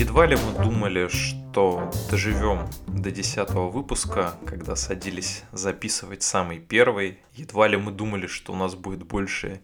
Едва ли мы думали, что доживем до 10-го выпуска, когда садились записывать самый первый. Едва ли мы думали, что у нас будет больше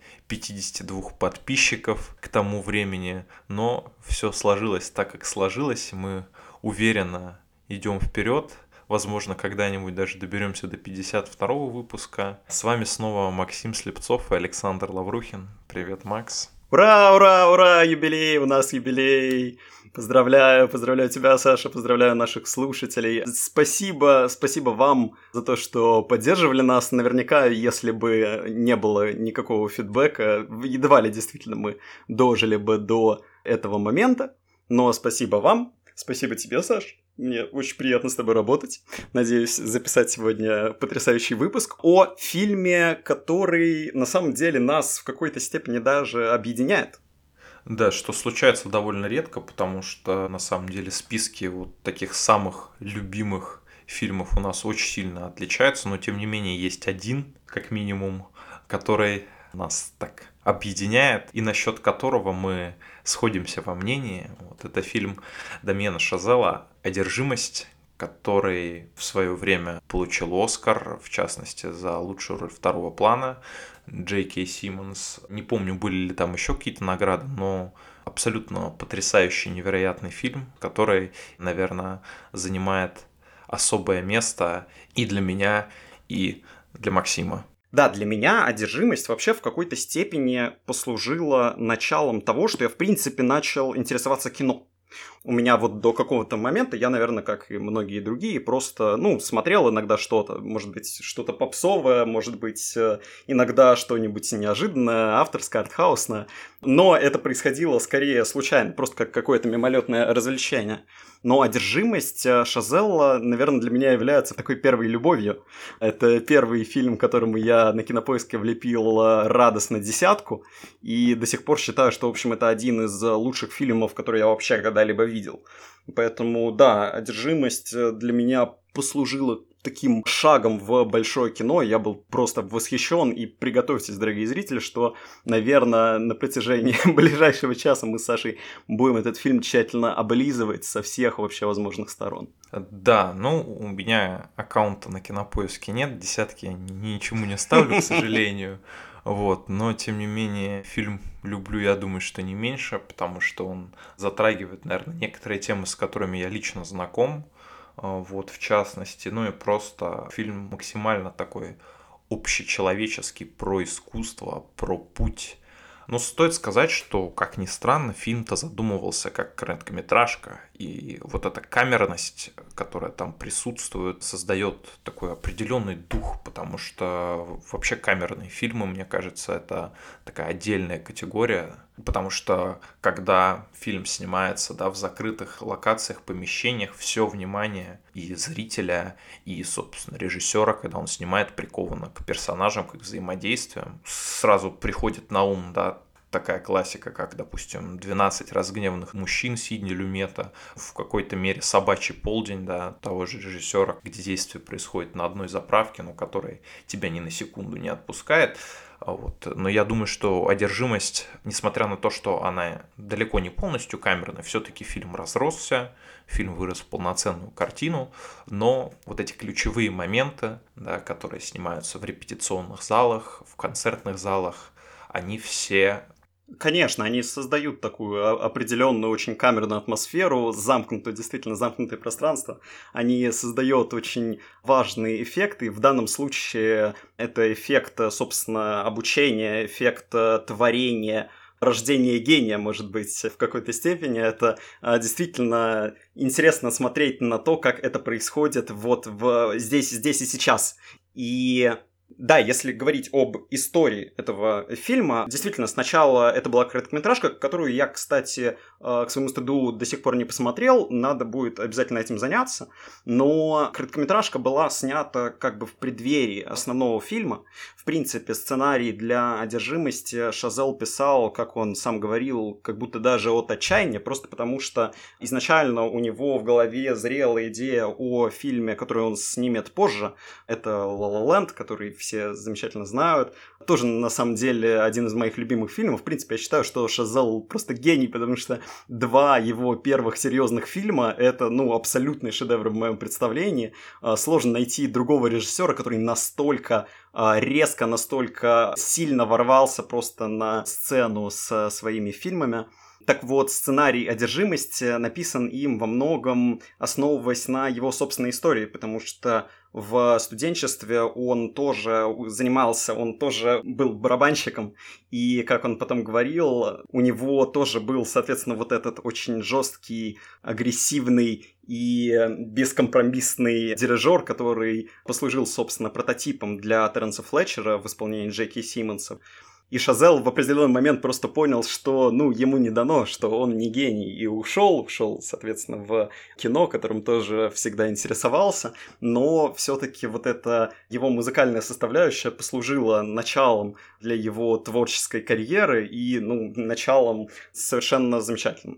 52 подписчиков к тому времени, но все сложилось так, как сложилось. Мы уверенно идем вперед. Возможно, когда-нибудь даже доберемся до 52-го выпуска. С вами снова Максим Слепцов и Александр Лаврухин. Привет, Макс. Ура, ура, ура, юбилей, у нас юбилей. Поздравляю тебя, Саша, поздравляю наших слушателей. Спасибо вам за то, что поддерживали нас. Наверняка, если бы не было никакого фидбэка, едва ли действительно мы дожили бы до этого момента. Но спасибо вам, спасибо тебе, Саш. Мне очень приятно с тобой работать. Надеюсь записать сегодня потрясающий выпуск о фильме, который на самом деле нас в какой-то степени даже объединяет. Да, что случается довольно редко, потому что на самом деле списки вот таких самых любимых фильмов у нас очень сильно отличаются, но тем не менее есть один, как минимум, который нас так объединяет и насчет которого мы сходимся во мнении. Вот это фильм Дамьена Шазела «Одержимость», который в свое время получил Оскар, в частности, за лучшую роль второго плана. Джей Кей Симмонс. Не помню, были ли там еще какие-то награды, но абсолютно потрясающий, невероятный фильм, который, наверное, занимает особое место и для меня, и для Максима. Да, для меня «Одержимость» вообще в какой-то степени послужила началом того, что я, в принципе, начал интересоваться кино. У меня вот до какого-то момента, я, наверное, как и многие другие, просто, смотрел иногда что-то, может быть, что-то попсовое, может быть, иногда что-нибудь неожиданное, авторское, артхаусное, но это происходило скорее случайно, просто как какое-то мимолетное развлечение. Но «Одержимость» Шазелла, наверное, для меня является такой первой любовью. Это первый фильм, которому я на Кинопоиске влепил радостно 10, и до сих пор считаю, что, в общем, это один из лучших фильмов, которые я вообще когда-либо видел. Поэтому, да, «Одержимость» для меня послужила таким шагом в большое кино. Я был просто восхищен, и приготовьтесь, дорогие зрители, что, наверное, на протяжении ближайшего часа мы с Сашей будем этот фильм тщательно облизывать со всех вообще возможных сторон. Да, у меня аккаунта на Кинопоиске нет, 10 я ничему не ставлю, к сожалению. Вот, но тем не менее фильм люблю, я думаю, что не меньше, потому что он затрагивает, наверное, некоторые темы, с которыми я лично знаком, вот, в частности, и просто фильм максимально такой общечеловеческий, про искусство, про путь. Но стоит сказать, что, как ни странно, фильм-то задумывался как короткометражка, и вот эта камерность, которая там присутствует, создает такой определенный дух, потому что вообще камерные фильмы, мне кажется, это такая отдельная категория, потому что когда фильм снимается, в закрытых локациях, помещениях, все внимание и зрителя, и, собственно, режиссера, когда он снимает, приковано к персонажам, к их взаимодействиям, сразу приходит на ум, такая классика, как, допустим, «12 разгневанных мужчин» Сидни Люмета, в какой-то мере «Собачий полдень», того же режиссера, где действие происходит на одной заправке, но которая тебя ни на секунду не отпускает. Вот. Но я думаю, что «Одержимость», несмотря на то, что она далеко не полностью камерная, все-таки фильм разросся, фильм вырос в полноценную картину, но вот эти ключевые моменты, которые снимаются в репетиционных залах, в концертных залах, они все... Конечно, они создают такую определенную очень камерную атмосферу, действительно замкнутое пространство. Они создают очень важные эффекты. В данном случае это эффект, собственно, обучения, эффект творения, рождение гения, может быть, в какой-то степени. Это действительно интересно смотреть на то, как это происходит здесь и сейчас. И... да, если говорить об истории этого фильма, действительно, сначала это была короткометражка, которую я, кстати, к своему стыду до сих пор не посмотрел, надо будет обязательно этим заняться, но короткометражка была снята как бы в преддверии основного фильма. В принципе, сценарий для «Одержимости» Шазел писал, как он сам говорил, как будто даже от отчаяния, просто потому что изначально у него в голове зрела идея о фильме, который он снимет позже. Это «Ла Ла Ленд», который все замечательно знают. Тоже, на самом деле, один из моих любимых фильмов. В принципе, я считаю, что Шазел просто гений, потому что 2 его первых серьезных фильма — это, абсолютный шедевр в моем представлении. Сложно найти другого режиссера, который настолько резко, настолько сильно ворвался просто на сцену со своими фильмами. Так вот, сценарий «Одержимость» написан им во многом, основываясь на его собственной истории, потому что в студенчестве он тоже занимался, он тоже был барабанщиком, и, как он потом говорил, у него тоже был, соответственно, вот этот очень жесткий, агрессивный и бескомпромиссный дирижер, который послужил, собственно, прототипом для Терренса Флетчера в исполнении Джеки Симмонса. И Шазел в определенный момент просто понял, что, ему не дано, что он не гений, и ушел, соответственно, в кино, которым тоже всегда интересовался, но все-таки вот эта его музыкальная составляющая послужила началом для его творческой карьеры и, началом совершенно замечательным.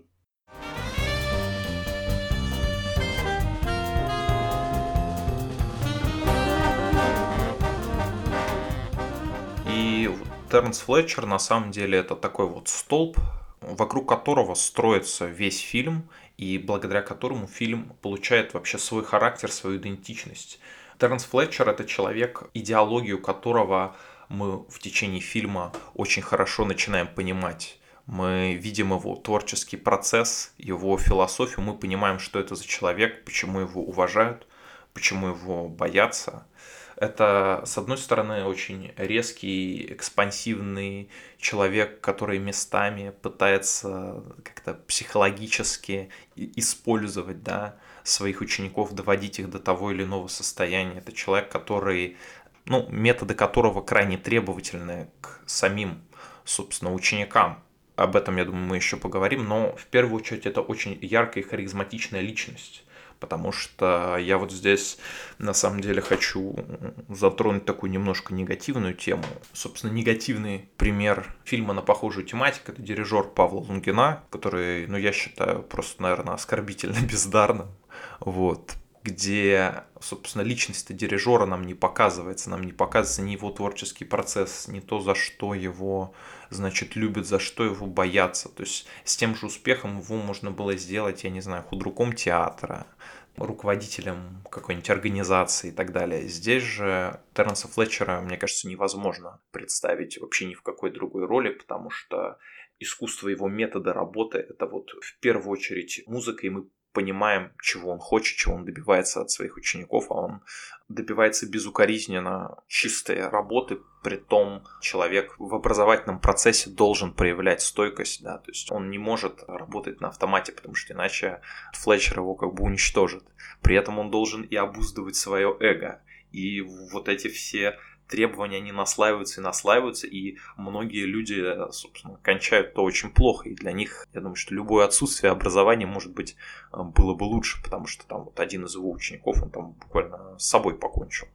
И Терренс Флетчер на самом деле это такой вот столб, вокруг которого строится весь фильм, и благодаря которому фильм получает вообще свой характер, свою идентичность. Терренс Флетчер — это человек, идеологию которого мы в течение фильма очень хорошо начинаем понимать. Мы видим его творческий процесс, его философию, мы понимаем, что это за человек, почему его уважают, почему его боятся. Это, с одной стороны, очень резкий, экспансивный человек, который местами пытается как-то психологически использовать, своих учеников, доводить их до того или иного состояния. Это человек, который, методы которого крайне требовательны к самим, собственно, ученикам. Об этом, я думаю, мы еще поговорим, но в первую очередь это очень яркая и харизматичная личность. Потому что я вот здесь на самом деле хочу затронуть такую немножко негативную тему. Собственно, негативный пример фильма на похожую тематику — это «Дирижер» Павла Лунгина, который, я считаю, просто, наверное, оскорбительно бездарным. Где, собственно, личность дирижера нам не показывается ни его творческий процесс, ни то, за что его, любят, за что его боятся. То есть с тем же успехом его можно было сделать, я не знаю, худруком театра, руководителем какой-нибудь организации и так далее. Здесь же Терренса Флетчера, мне кажется, невозможно представить вообще ни в какой другой роли, потому что искусство его метода работы — это вот в первую очередь музыка, и мы понимаем, чего он хочет, чего он добивается от своих учеников, а он добивается безукоризненно чистой работы, притом человек в образовательном процессе должен проявлять стойкость, то есть он не может работать на автомате, потому что иначе Флетчер его уничтожит. При этом он должен и обуздывать свое эго, и вот эти все требования, они наслаиваются, и многие люди, собственно, кончают то очень плохо, и для них, я думаю, что любое отсутствие образования, может быть, было бы лучше, потому что там вот один из его учеников, он там буквально с собой покончил.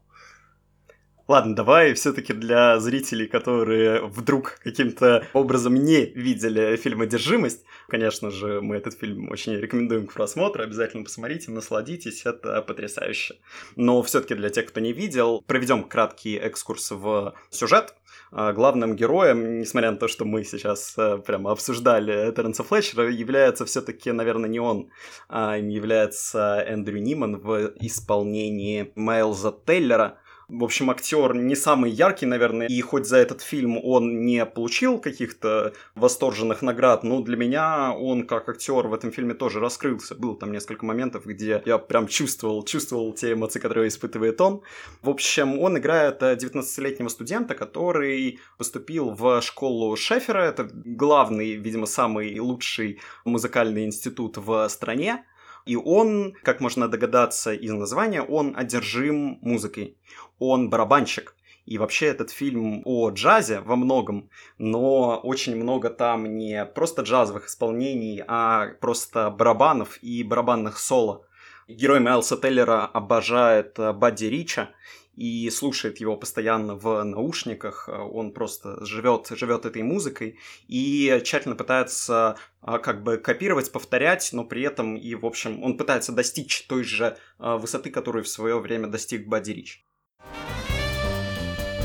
Ладно, давай все-таки для зрителей, которые вдруг каким-то образом не видели фильм «Одержимость», конечно же, мы этот фильм очень рекомендуем к просмотру, обязательно посмотрите, насладитесь, это потрясающе. Но все-таки для тех, кто не видел, проведем краткий экскурс в сюжет. Главным героем, несмотря на то, что мы сейчас прямо обсуждали Терренса Флетчера, является все-таки, наверное, не он, а им является Эндрю Ниман в исполнении Майлза Теллера. В общем, актер не самый яркий, наверное, и хоть за этот фильм он не получил каких-то восторженных наград, но для меня он как актер в этом фильме тоже раскрылся. Было там несколько моментов, где я прям чувствовал те эмоции, которые испытывает он. В общем, он играет 19-летнего студента, который поступил в школу Шефера. Это главный, видимо, самый лучший музыкальный институт в стране. И он, как можно догадаться из названия, он одержим музыкой. Он барабанщик. И вообще этот фильм о джазе во многом, но очень много там не просто джазовых исполнений, а просто барабанов и барабанных соло. Герой Майлса Теллера обожает Бадди Рича и слушает его постоянно в наушниках. Он просто живет этой музыкой и тщательно пытается копировать, повторять, но при этом и, в общем, он пытается достичь той же высоты, которую в свое время достиг Бадди Рич.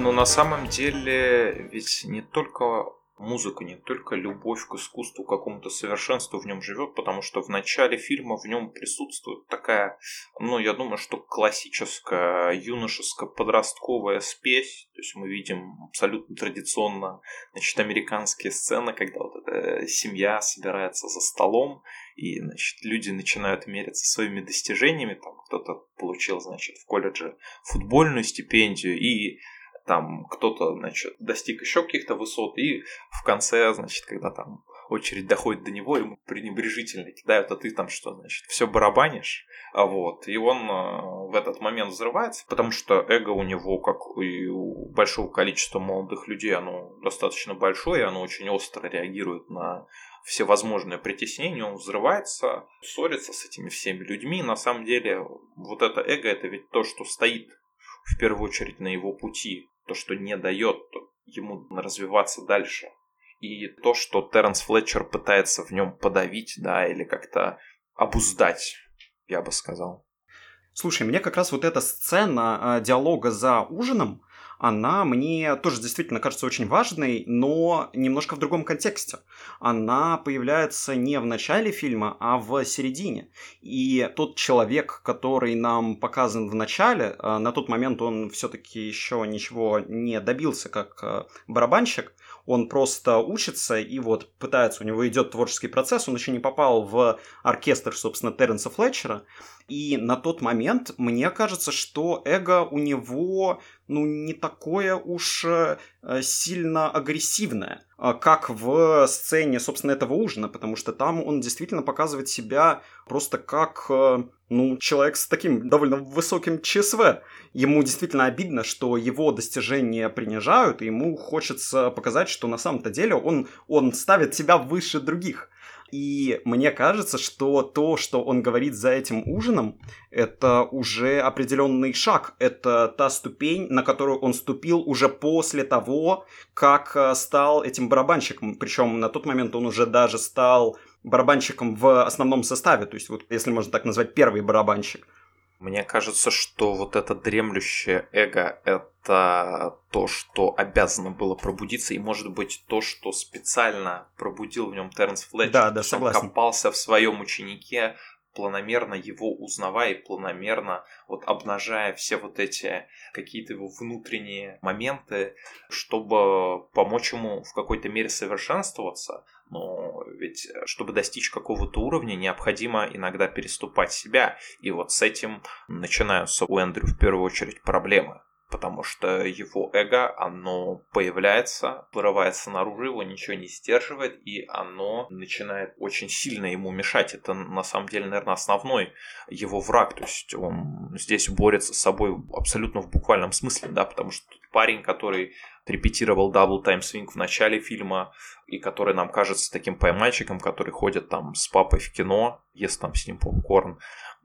Но на самом деле ведь не только музыка, не только любовь к искусству, к какому-то совершенству в нем живет, потому что в начале фильма в нем присутствует такая, ну, я думаю, что классическая юношеско-подростковая спесь. То есть мы видим абсолютно традиционно, значит, американские сцены, когда вот эта семья собирается за столом, и, значит, люди начинают мериться своими достижениями. Там кто-то получил, значит, в колледже футбольную стипендию, и там кто-то, значит, достиг еще каких-то высот, и в конце, значит, когда там очередь доходит до него, ему пренебрежительно кидают, а ты там что, значит, все барабанишь, вот, и он в этот момент взрывается, потому что эго у него, как и у большого количества молодых людей, оно достаточно большое, и оно очень остро реагирует на всевозможные притеснения, он взрывается, ссорится с этими всеми людьми. На самом деле, вот это эго, это ведь то, что стоит в первую очередь на его пути, то, что не дает ему развиваться дальше. И то, что Терренс Флетчер пытается в нем подавить, да, или как-то обуздать, я бы сказал. Слушай, мне как раз вот эта сцена диалога за ужином, она мне тоже действительно кажется очень важной, но немножко в другом контексте. Она появляется не в начале фильма, а в середине. И тот человек, который нам показан в начале, на тот момент он все-таки еще ничего не добился как барабанщик, он просто учится и вот пытается, у него идет творческий процесс, он еще не попал в оркестр, собственно, Терренса Флетчера. И на тот момент мне кажется, что эго у него, ну, не такое уж сильно агрессивное, как в сцене, собственно, этого ужина, потому что там он действительно показывает себя просто как, ну, человек с таким довольно высоким ЧСВ. Ему действительно обидно, что его достижения принижают, и ему хочется показать, что на самом-то деле он ставит себя выше других. И мне кажется, что то, что он говорит за этим ужином, это уже определенный шаг. Это та ступень, на которую он ступил уже после того, как стал этим барабанщиком. Причем на тот момент он уже даже стал барабанщиком в основном составе. То есть, вот, если можно так назвать, первый барабанщик. Мне кажется, что вот это дремлющее эго – это то, что обязано было пробудиться, и, может быть, то, что специально пробудил в нем Терренс Флетчер. Да, согласен. Он копался в своем ученике, планомерно его узнавая и планомерно вот обнажая все вот эти какие-то его внутренние моменты, чтобы помочь ему в какой-то мере совершенствоваться. Но ведь, чтобы достичь какого-то уровня, необходимо иногда переступать себя. И вот с этим начинаются у Эндрю в первую очередь проблемы. Потому что его эго, оно появляется, вырывается наружу, его ничего не сдерживает, и оно начинает очень сильно ему мешать. Это, на самом деле, наверное, основной его враг. То есть он здесь борется с собой абсолютно в буквальном смысле, да, потому что парень, который репетировал Double Time Swing в начале фильма, и который нам кажется таким поймальчиком, который ходит там с папой в кино, ест там с ним попкорн,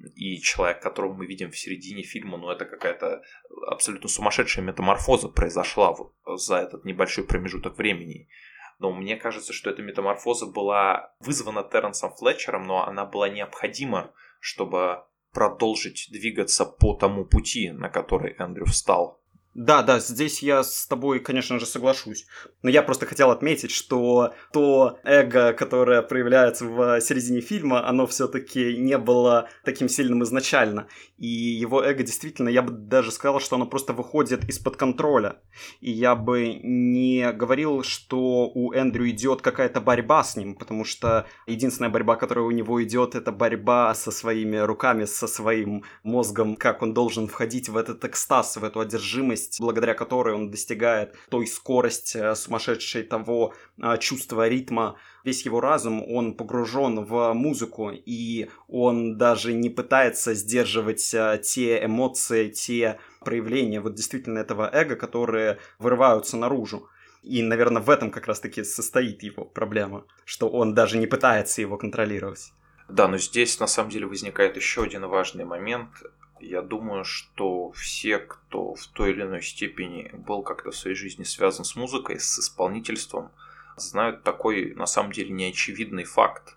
и человек, которого мы видим в середине фильма, ну это какая-то абсолютно сумасшедшая метаморфоза произошла вот за этот небольшой промежуток времени. Но мне кажется, что эта метаморфоза была вызвана Терренсом Флетчером, но она была необходима, чтобы продолжить двигаться по тому пути, на который Эндрю встал. Да, здесь я с тобой, конечно же, соглашусь. Но я просто хотел отметить, что то эго, которое проявляется в середине фильма, оно все-таки не было таким сильным изначально. И его эго действительно, я бы даже сказал, что оно просто выходит из-под контроля. И я бы не говорил, что у Эндрю идет какая-то борьба с ним, потому что единственная борьба, которая у него идет, это борьба со своими руками, со своим мозгом, как он должен входить в этот экстаз, в эту одержимость, благодаря которой он достигает той скорости сумасшедшей, того чувства ритма. Весь его разум, он погружен в музыку, и он даже не пытается сдерживать те эмоции, те проявления вот действительно этого эго, которые вырываются наружу. И, наверное, в этом как раз-таки состоит его проблема, что он даже не пытается его контролировать. Да, но здесь на самом деле возникает еще один важный момент. Я думаю, что все, кто в той или иной степени был как-то в своей жизни связан с музыкой, с исполнительством, знают такой, на самом деле, неочевидный факт,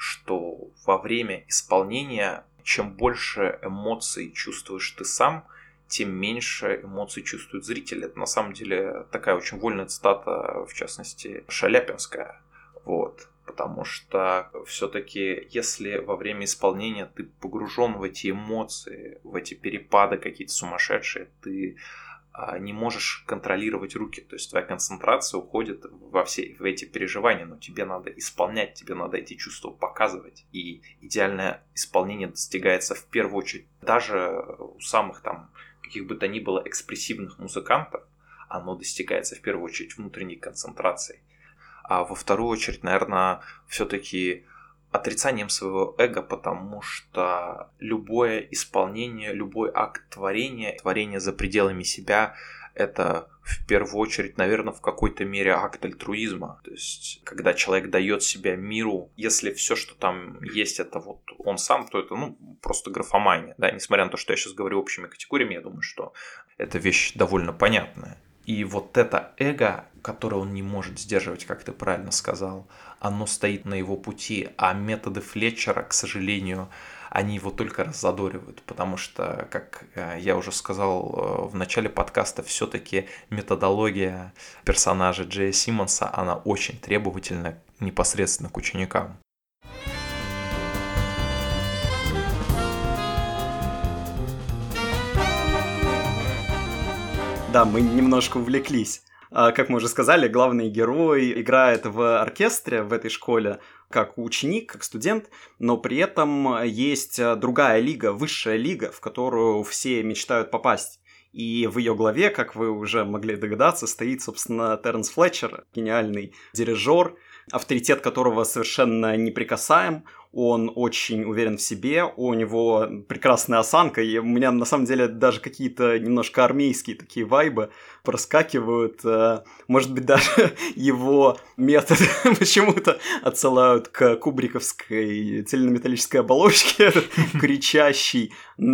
что во время исполнения, чем больше эмоций чувствуешь ты сам, тем меньше эмоций чувствует зритель. Это на самом деле такая очень вольная цитата, в частности, Шаляпинская. Вот. Потому что все-таки, если во время исполнения ты погружен в эти эмоции, в эти перепады какие-то сумасшедшие, ты не можешь контролировать руки. То есть твоя концентрация уходит в эти переживания, но тебе надо исполнять, тебе надо эти чувства показывать. И идеальное исполнение достигается в первую очередь даже у самых там каких бы то ни было экспрессивных музыкантов, оно достигается в первую очередь внутренней концентрацией. А во вторую очередь, наверное, все-таки отрицанием своего эго, потому что любое исполнение, любой акт творение за пределами себя, это в первую очередь, наверное, в какой-то мере акт альтруизма. То есть, когда человек дает себя миру, если все, что там есть, это вот он сам, то это, просто графомания. Да? Несмотря на то, что я сейчас говорю общими категориями, я думаю, что эта вещь довольно понятная. И вот это эго, которое он не может сдерживать, как ты правильно сказал, оно стоит на его пути, а методы Флетчера, к сожалению, они его только раззадоривают, потому что, как я уже сказал в начале подкаста, все-таки методология персонажа Джея Симмонса, она очень требовательна непосредственно к ученикам. Да, мы немножко увлеклись. Как мы уже сказали, главный герой играет в оркестре в этой школе как ученик, как студент, но при этом есть другая лига, высшая лига, в которую все мечтают попасть. И в ее главе, как вы уже могли догадаться, стоит, собственно, Терренс Флетчер, гениальный дирижер, авторитет которого совершенно неприкасаем. Он очень уверен в себе, у него прекрасная осанка, и у меня на самом деле даже какие-то немножко армейские такие вайбы проскакивают. Может быть, даже его методы почему-то отсылают к кубриковской цельнометаллической оболочке, кричащий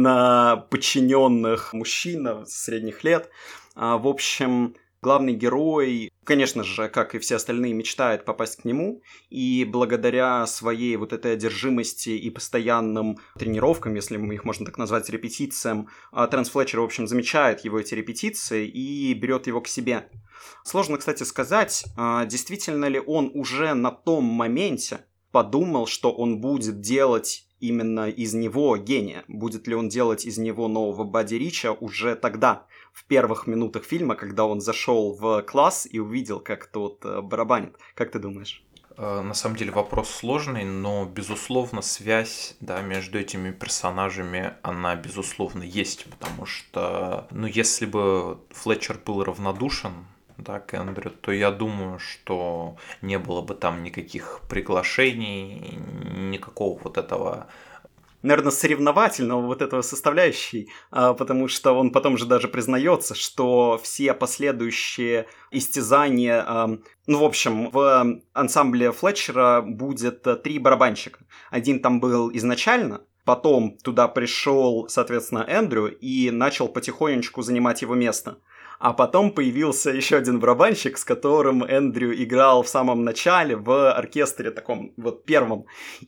на подчиненных мужчин средних лет. В общем, главный герой, конечно же, как и все остальные, мечтает попасть к нему, и благодаря своей вот этой одержимости и постоянным тренировкам, если их можно так назвать, репетициям, Терренс Флетчер, в общем, замечает его эти репетиции и берет его к себе. Сложно, кстати, сказать, действительно ли он уже на том моменте подумал, что он будет делать именно из него гения, будет ли он делать из него нового Бадди Рича уже тогда, в первых минутах фильма, когда он зашел в класс и увидел, как тот барабанит. Как ты думаешь? На самом деле вопрос сложный, но, безусловно, связь, между этими персонажами, она, безусловно, есть, потому что, если бы Флетчер был равнодушен, к Эндрю, то я думаю, что не было бы там никаких приглашений, никакого вот этого... наверное, соревновательного вот этого составляющей, потому что он потом же даже признается, что все последующие истязания... в общем, в ансамбле Флетчера будет 3 барабанщика. Один там был изначально, потом туда пришел, соответственно, Эндрю и начал потихонечку занимать его место. А потом появился еще один барабанщик, с которым Эндрю играл в самом начале в оркестре таком вот первом.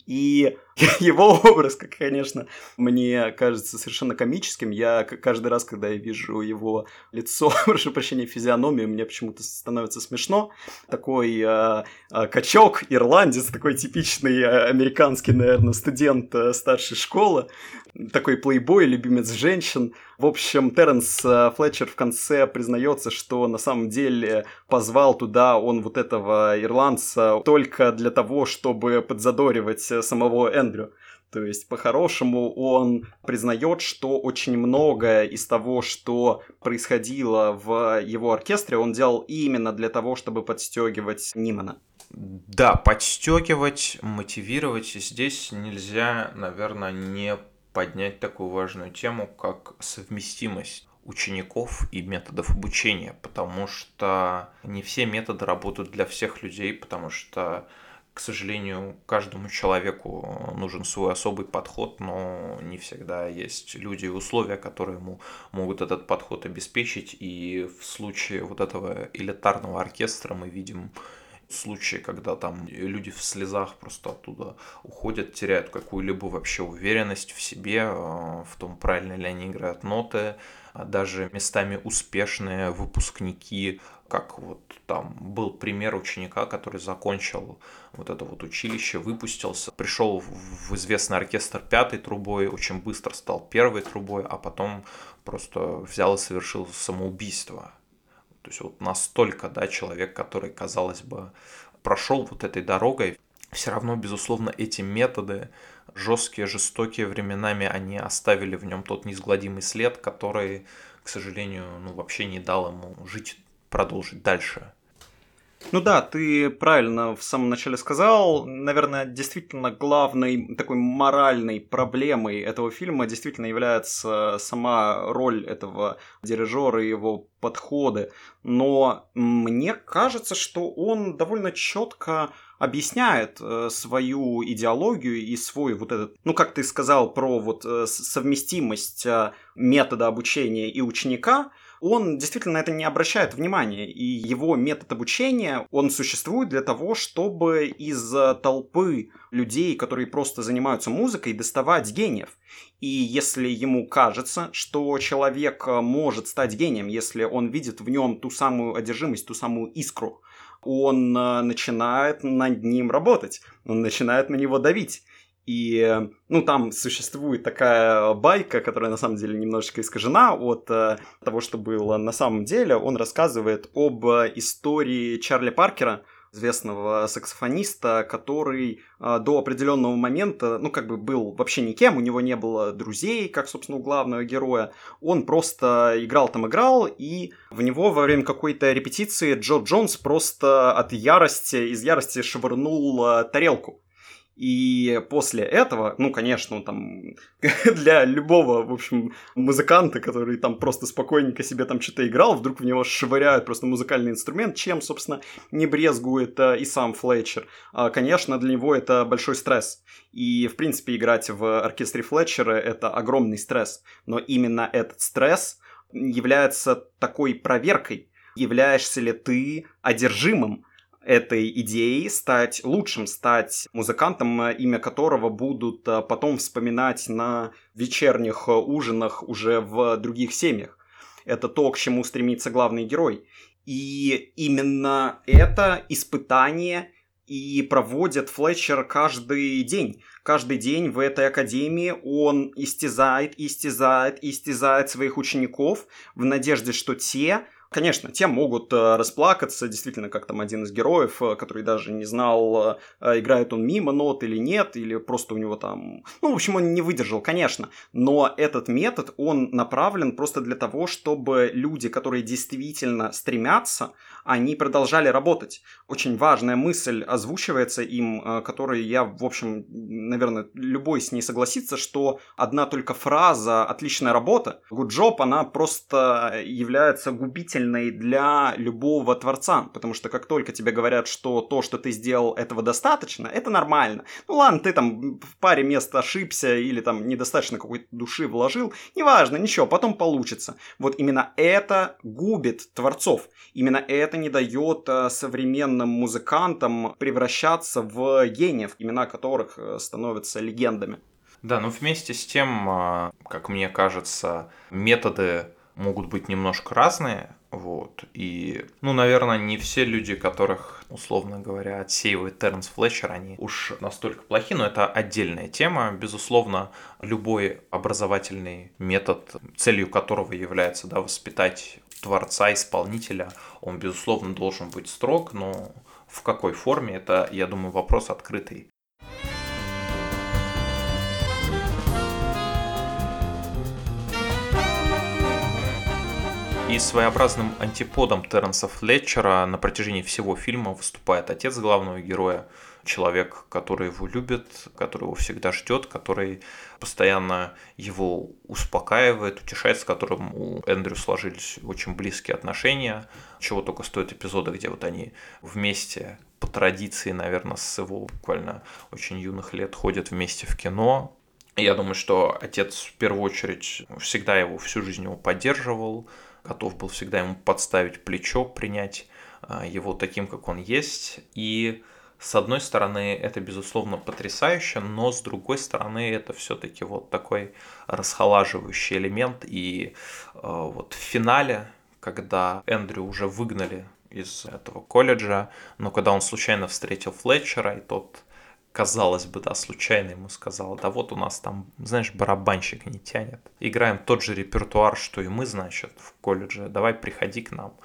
И его образ, конечно, мне кажется совершенно комическим. Я каждый раз, когда я вижу его лицо, прошу прощения, физиономию, мне почему-то становится смешно. Такой качок, ирландец, такой типичный американский, наверное, студент старшей школы. Такой плейбой, любимец женщин. В общем, Терренс Флетчер в конце признается, что на самом деле позвал туда он вот этого ирландца только для того, чтобы подзадоривать самого Эндрю. То есть, по-хорошему, он признает, что очень многое из того, что происходило в его оркестре, он делал именно для того, чтобы подстегивать Нимана. Да, подстегивать, мотивировать. Здесь нельзя, наверное, не поднять такую важную тему, как совместимость учеников и методов обучения, потому что не все методы работают для всех людей, потому что, к сожалению, каждому человеку нужен свой особый подход, но не всегда есть люди и условия, которые ему могут этот подход обеспечить, и в случае вот этого элитарного оркестра мы видим случаи, когда там люди в слезах просто оттуда уходят, теряют какую-либо вообще уверенность в себе, в том, правильно ли они играют ноты, даже местами успешные выпускники, как вот там был пример ученика, который закончил вот это вот училище, выпустился, пришел в известный оркестр пятой трубой, очень быстро стал первой трубой, а потом просто взял и совершил самоубийство. То есть вот настолько, да, человек, который, казалось бы, прошел вот этой дорогой, все равно, безусловно, эти методы, жесткие, жестокие временами, они оставили в нем тот неизгладимый след, который, к сожалению, ну, вообще не дал ему жить, продолжить дальше. Ну да, ты правильно в самом начале сказал. Наверное, действительно главной такой моральной проблемой этого фильма действительно является сама роль этого дирижера и его подходы. Но мне кажется, что он довольно четко объясняет свою идеологию и свой вот этот, ну, как ты сказал про вот совместимость метода обучения и ученика. Он действительно на это не обращает внимания, и его метод обучения, он существует для того, чтобы из толпы людей, которые просто занимаются музыкой, доставать гениев. И если ему кажется, что человек может стать гением, если он видит в нем ту самую одержимость, ту самую искру, он начинает над ним работать, он начинает на него давить. И, ну, там существует такая байка, которая на самом деле немножечко искажена от того, что было на самом деле. Он рассказывает об истории Чарли Паркера, известного саксофониста, который до определенного момента, ну, как бы был вообще никем, у него не было друзей, как, собственно, у главного героя. Он просто играл, и в него во время какой-то репетиции Джо Джонс просто из ярости швырнул тарелку. И после этого, ну, конечно, там, для любого, в общем, музыканта, который там просто спокойненько себе там что-то играл, вдруг в него швыряют просто музыкальный инструмент, чем, собственно, не брезгует и сам Флетчер. Конечно, для него это большой стресс. И, в принципе, играть в оркестре Флетчера – это огромный стресс. Но именно этот стресс является такой проверкой, являешься ли ты одержимым этой идеей стать лучшим, стать музыкантом, имя которого будут потом вспоминать на вечерних ужинах уже в других семьях. Это то, к чему стремится главный герой. И именно это испытание и проводит Флетчер каждый день. Каждый день в этой академии он истязает своих учеников в надежде, что Конечно, те могут расплакаться, действительно, как там один из героев, который даже не знал, играет он мимо нот или нет, или просто у него там... Ну, в общем, он не выдержал, конечно. Но этот метод, он направлен просто для того, чтобы люди, которые действительно стремятся, они продолжали работать. Очень важная мысль озвучивается им, которой я, в общем, наверное, любой с ней согласится, что одна только фраза «отличная работа», «good job», она просто является губительной для любого творца, потому что как только тебе говорят, что то, что ты сделал, этого достаточно, это нормально. Ну ладно, ты там в паре мест ошибся или там недостаточно какой-то души вложил, неважно, ничего, потом получится. Вот именно это губит творцов, именно это не дает современным музыкантам превращаться в гениев, имена которых становятся легендами. Да, но вместе с тем, как мне кажется, методы могут быть немножко разные. Вот. И, ну, наверное, не все люди, которых, условно говоря, отсеивает Терренс Флетчер, они уж настолько плохи, но это отдельная тема. Безусловно, любой образовательный метод, целью которого является, да, воспитать творца, исполнителя, он, безусловно, должен быть строг, но в какой форме, это, я думаю, вопрос открытый. И своеобразным антиподом Терренса Флетчера на протяжении всего фильма выступает отец главного героя, человек, который его любит, который его всегда ждет, который постоянно его успокаивает, утешает, с которым у Эндрю сложились очень близкие отношения. Чего только стоят эпизоды, где вот они вместе по традиции, наверное, с его буквально очень юных лет ходят вместе в кино. Я думаю, что отец в первую очередь всегда его, всю жизнь его поддерживал, готов был всегда ему подставить плечо, принять его таким, как он есть. И С одной стороны, это, безусловно, потрясающе, но с другой стороны, это все-таки вот такой расхолаживающий элемент. И вот в финале, когда Эндрю уже выгнали из этого колледжа, но когда он случайно встретил Флетчера, и тот, казалось бы, да, случайно ему сказал: да вот у нас там, знаешь, барабанщик не тянет. Играем тот же репертуар, что и мы, значит, в колледже, давай приходи к нам.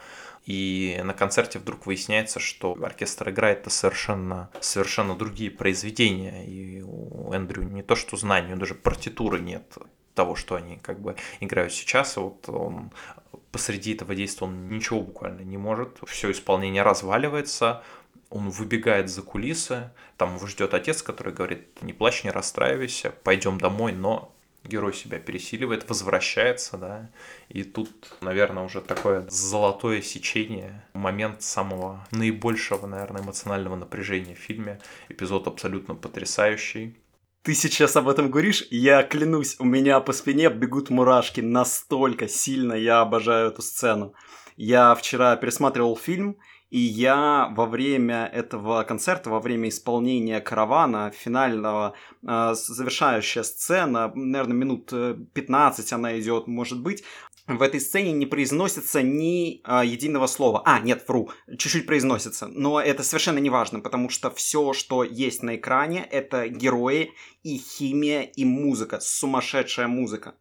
И на концерте вдруг выясняется, что оркестр играет совершенно другие произведения. И у Эндрю не то что знаний, у него даже партитуры нет того, что они как бы играют сейчас. И вот он посреди этого действия он ничего буквально не может. Все исполнение разваливается. Он выбегает за кулисы, там его ждет отец, который говорит: не плачь, не расстраивайся, пойдем домой, но герой себя пересиливает, возвращается, да, и тут, наверное, уже такое золотое сечение, момент самого наибольшего, наверное, эмоционального напряжения в фильме, эпизод абсолютно потрясающий. Ты сейчас об этом говоришь, я клянусь, у меня по спине бегут мурашки, настолько сильно я обожаю эту сцену. Я вчера пересматривал фильм, и я во время этого концерта, во время исполнения «Каравана», финального, завершающая сцена, наверное, минут 15 она идет, может быть, в этой сцене не произносится ни единого слова. Нет, вру, чуть-чуть произносится, но это совершенно не важно, потому что все, что есть на экране, это герои и химия, и музыка, сумасшедшая музыка.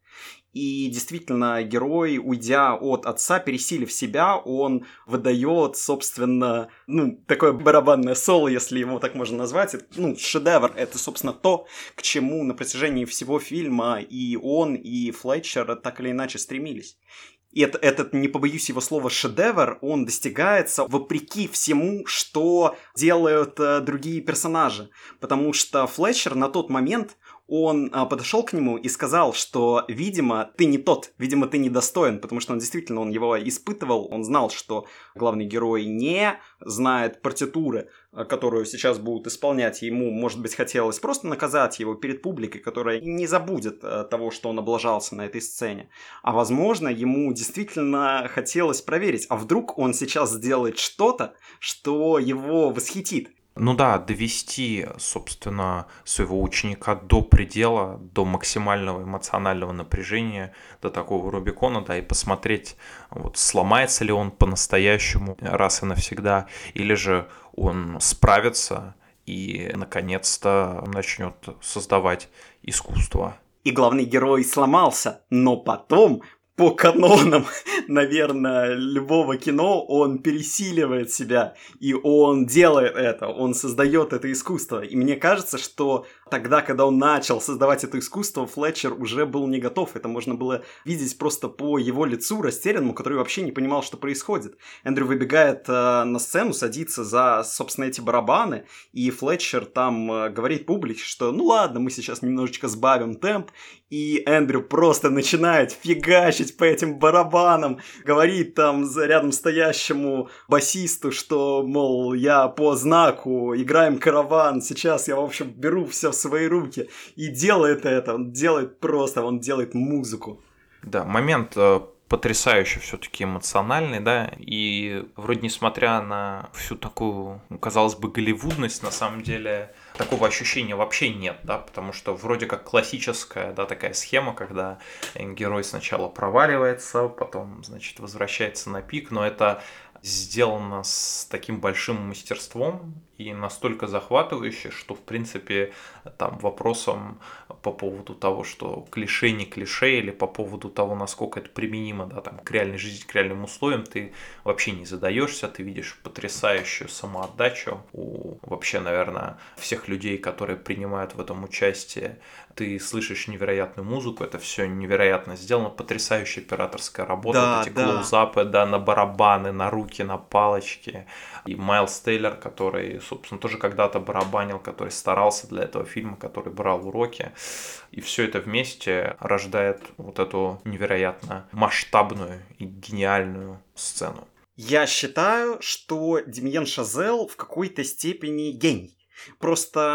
И действительно, герой, уйдя от отца, пересилив себя, он выдает, собственно, такое барабанное соло, если его так можно назвать. Шедевр. Это, собственно, то, к чему на протяжении всего фильма и он, и Флетчер так или иначе стремились. И этот, не побоюсь его слова, шедевр, он достигается вопреки всему, что делают другие персонажи. Потому что Флетчер на тот момент, он подошел к нему и сказал, что, видимо, ты не тот, видимо, ты недостоин, потому что он действительно, он его испытывал, он знал, что главный герой не знает партитуры, которую сейчас будут исполнять, и ему, может быть, хотелось просто наказать его перед публикой, которая не забудет того, что он облажался на этой сцене. А, возможно, ему действительно хотелось проверить, а вдруг он сейчас сделает что-то, что его восхитит. Ну да, довести, собственно, своего ученика до предела, до максимального эмоционального напряжения, до такого Рубикона, да, и посмотреть, вот сломается ли он по-настоящему раз и навсегда, или же он справится и, наконец-то, начнет создавать искусство. И главный герой сломался, но потом, по канонам, наверное, любого кино, он пересиливает себя, и он делает это, он создает это искусство. И мне кажется, что тогда, когда он начал создавать это искусство, Флетчер уже был не готов. Это можно было видеть просто по его лицу растерянному, который вообще не понимал, что происходит. Эндрю выбегает на сцену, садится за, собственно, эти барабаны, и Флетчер там говорит публике, что ну ладно, мы сейчас немножечко сбавим темп, и Эндрю просто начинает фигачить по этим барабанам, говорит там рядом стоящему басисту, что, мол, я по знаку, играем «Караван», сейчас я, в общем, беру все в свои руки. И делает это, он делает музыку. Да, момент потрясающе все-таки эмоциональный, да, и вроде несмотря на всю такую, казалось бы, голливудность, на самом деле такого ощущения вообще нет, да, потому что вроде как классическая, да, такая схема, когда герой сначала проваливается, потом, значит, возвращается на пик, но это сделано с таким большим мастерством и настолько захватывающе, что, в принципе, там вопросом по поводу того, что клише не клише, или по поводу того, насколько это применимо, да, там, к реальной жизни, к реальным условиям, ты вообще не задаешься, ты видишь потрясающую самоотдачу у вообще, наверное, всех людей, которые принимают в этом участие. Ты слышишь невероятную музыку, это все невероятно сделано, потрясающая операторская работа, Да, вот эти клоузапы, да, на барабаны, на руки, на палочки. И Майлз Тейлор, который, собственно, тоже когда-то барабанил, который старался для этого фильма, который брал уроки. И все это вместе рождает вот эту невероятно масштабную и гениальную сцену. Я считаю, что Демьен Шазел в какой-то степени гений. Просто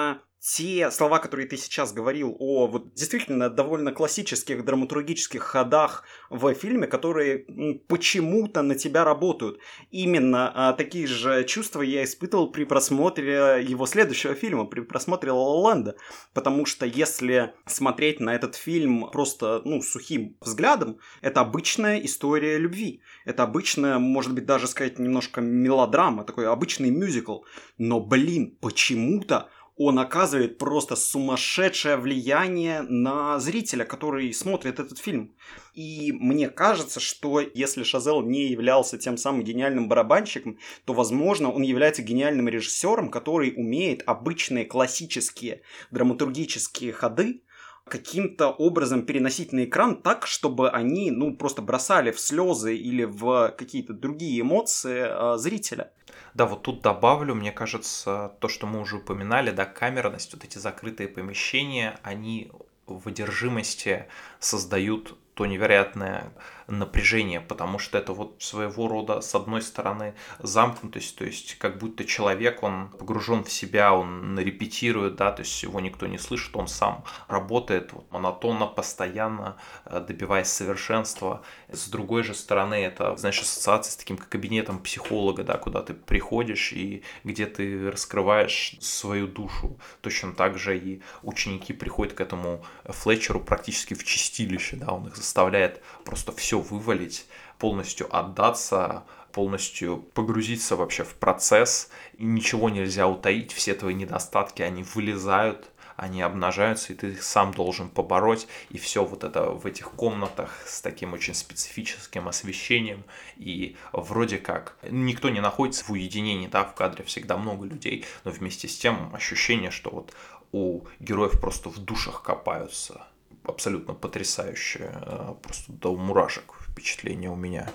те слова, которые ты сейчас говорил о вот действительно довольно классических драматургических ходах в фильме, которые почему-то на тебя работают. Именно такие же чувства я испытывал при просмотре его следующего фильма, при просмотре «Ла Ла Ленда». Потому что если смотреть на этот фильм просто, сухим взглядом, это обычная история любви. Это обычная, может быть, даже сказать, немножко мелодрама, такой обычный мюзикл. Но, почему-то он оказывает просто сумасшедшее влияние на зрителя, который смотрит этот фильм. И мне кажется, что если Шазел не являлся тем самым гениальным барабанщиком, то, возможно, он является гениальным режиссером, который умеет обычные классические драматургические ходы каким-то образом переносить на экран так, чтобы они, просто бросали в слезы или в какие-то другие эмоции зрителя. Да, вот тут добавлю, мне кажется, то, что мы уже упоминали, да, камерность, вот эти закрытые помещения, они в одержимости создают то невероятное напряжение, потому что это вот своего рода, с одной стороны, замкнутость, то есть как будто человек, он погружен в себя, он репетирует, да, то есть его никто не слышит, он сам работает вот, монотонно, постоянно, добиваясь совершенства. С другой же стороны, это, знаешь, ассоциация с таким кабинетом психолога, да, куда ты приходишь и где ты раскрываешь свою душу. Точно так же и ученики приходят к этому Флетчеру практически в чистилище, да, он их заставляет просто все вывалить, полностью отдаться, полностью погрузиться вообще в процесс, и ничего нельзя утаить, все твои недостатки, они вылезают, они обнажаются, и ты их сам должен побороть, и все вот это в этих комнатах с таким очень специфическим освещением, и вроде как никто не находится в уединении, да, в кадре всегда много людей, но вместе с тем ощущение, что вот у героев просто в душах копаются. Абсолютно потрясающее, просто до мурашек впечатление у меня.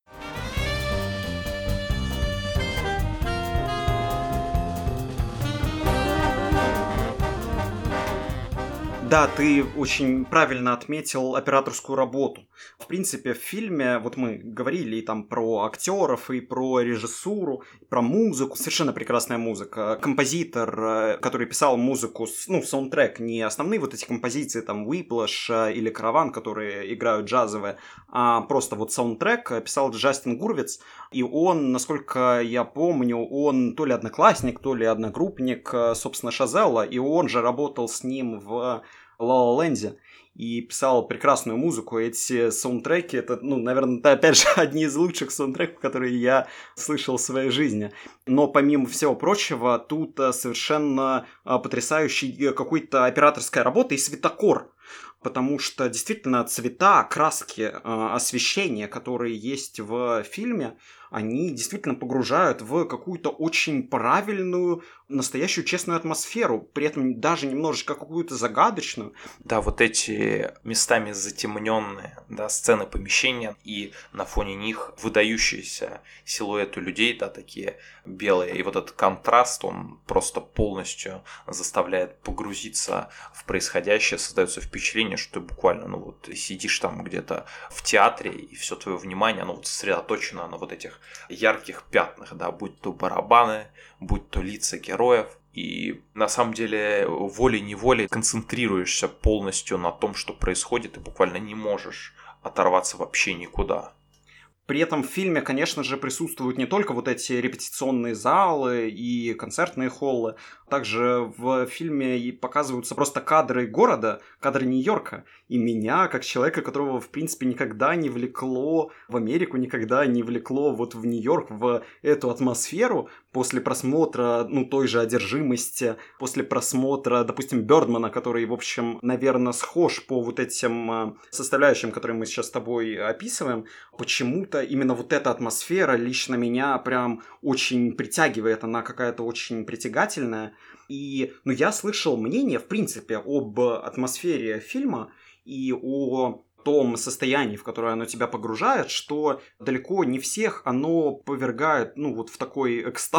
Да, ты очень правильно отметил операторскую работу. В принципе, в фильме, вот мы говорили и там про актеров, и про режиссуру, и про музыку. Совершенно прекрасная музыка. Композитор, который писал музыку, саундтрек, не основные вот эти композиции, там, Whiplash или Караван, которые играют джазовые, а просто вот саундтрек писал Джастин Гурвиц, и он, насколько я помню, он то ли одноклассник, то ли одногруппник, собственно, Шазелла, и он же работал с ним в «Ла Ла Ленде» и писал прекрасную музыку. Эти саундтреки, это, наверное, это, опять же, одни из лучших саундтреков, которые я слышал в своей жизни. Но, помимо всего прочего, тут совершенно потрясающий какой-то операторская работа и светокор. Потому что, действительно, цвета, краски, освещение, которые есть в фильме, они действительно погружают в какую-то очень правильную, настоящую честную атмосферу, при этом даже немножечко какую-то загадочную. Да, вот эти местами затемненные, да, сцены помещения и на фоне них выдающиеся силуэты людей, да, такие белые. И вот этот контраст, он просто полностью заставляет погрузиться в происходящее, создается впечатление, что ты буквально, сидишь там где-то в театре, и все твое внимание, оно сосредоточено на вот этих ярких пятнах, да, будь то барабаны, будь то лица героев. И на самом деле волей-неволей концентрируешься полностью на том, что происходит, и буквально не можешь оторваться вообще никуда. При этом в фильме, конечно же, присутствуют не только вот эти репетиционные залы и концертные холлы, также в фильме и показываются просто кадры города, кадры Нью-Йорка. И меня, как человека, которого, в принципе, никогда не влекло в Америку, никогда не влекло вот в Нью-Йорк, в эту атмосферу, после просмотра, той же «Одержимости», после просмотра, допустим, Бёрдмана, который, в общем, наверное, схож по вот этим составляющим, которые мы сейчас с тобой описываем, почему-то именно вот эта атмосфера лично меня прям очень притягивает, она какая-то очень притягательная. И, я слышал мнение, в принципе, об атмосфере фильма и о том состоянии, в которое оно тебя погружает, что далеко не всех оно повергает, в такой экстаз,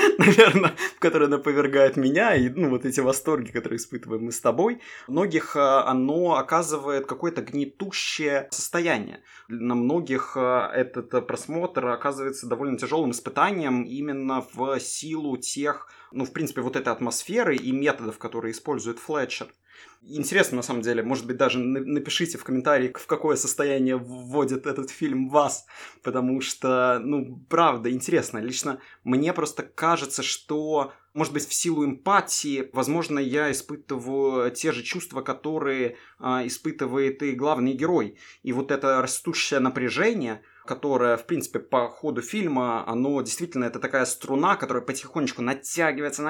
наверное, в которое оно повергает меня, и, ну, вот эти восторги, которые испытываем мы с тобой, многих оно оказывает какое-то гнетущее состояние. На многих этот просмотр оказывается довольно тяжелым испытанием именно в силу тех, ну, в принципе, вот этой атмосферы и методов, которые использует Флетчер. Интересно, на самом деле, может быть, даже напишите в комментарии, в какое состояние вводит этот фильм вас, потому что, ну, правда, интересно. Лично мне просто кажется, что, может быть, в силу эмпатии, возможно, я испытываю те же чувства, которые испытывает и главный герой. И вот это растущее напряжение, которое, в принципе, по ходу фильма, оно действительно, это такая струна, которая потихонечку натягивается,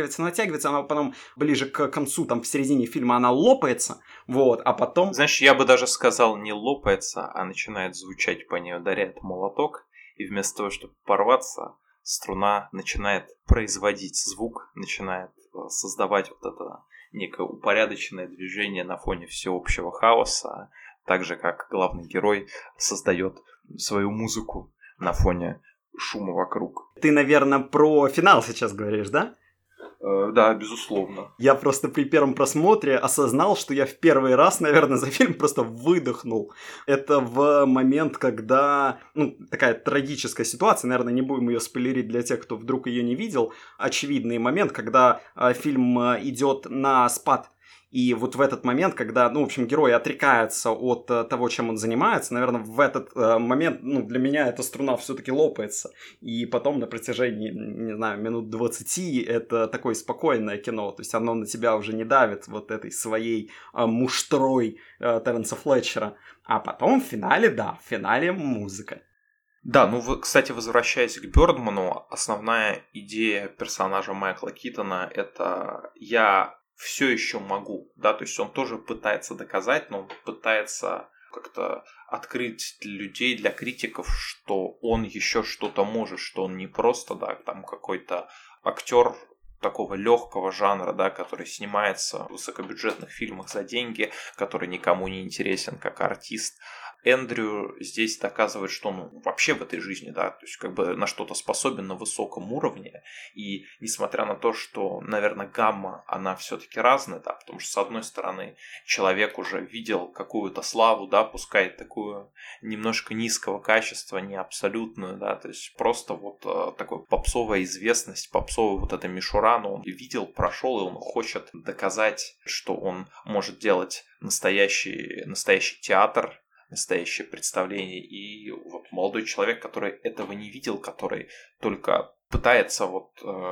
она потом ближе к концу, там, в середине фильма она лопается, вот, а потом... Знаешь, я бы даже сказал, не лопается, а начинает звучать, по ней ударяет молоток, и вместо того, чтобы порваться, струна начинает производить звук, начинает создавать вот это некое упорядоченное движение на фоне всеобщего хаоса, так же, как главный герой создает свою музыку на фоне шума вокруг. Ты, наверное, про финал сейчас говоришь, да? Да, безусловно. Я просто при первом просмотре осознал, что я в первый раз, наверное, за фильм просто выдохнул. Это в момент, когда, ну, такая трагическая ситуация, наверное, не будем ее спойлерить для тех, кто вдруг ее не видел. Очевидный момент, когда фильм идет на спад. И вот в этот момент, когда, ну, в общем, герой отрекается от того, чем он занимается, наверное, в этот момент, ну, для меня эта струна все-таки лопается. И потом на протяжении, не знаю, минут 20 это такое спокойное кино. То есть оно на тебя уже не давит вот этой своей муштрой Терренса Флетчера. А потом в финале, да, в финале музыка. Да, ну, кстати, возвращаясь к Бёрдману, основная идея персонажа Майкла Китона – это «я все еще могу», да, то есть он тоже пытается доказать, но он пытается как-то открыть для людей, для критиков, что он еще что-то может, что он не просто, да, там какой-то актер такого легкого жанра, да, который снимается в высокобюджетных фильмах за деньги, который никому не интересен как артист. Эндрю здесь доказывает, что он вообще в этой жизни, да, то есть как бы на что-то способен на высоком уровне, и несмотря на то, что, наверное, гамма, она все-таки разная, да, потому что, с одной стороны, человек уже видел какую-то славу, да, пускай такую немножко низкого качества, не абсолютную, да, то есть просто вот такой попсовая известность, попсовая вот эта мишура, но он видел, прошел, и он хочет доказать, что он может делать настоящий театр, настоящее представление. И вот молодой человек, который этого не видел, который только пытается вот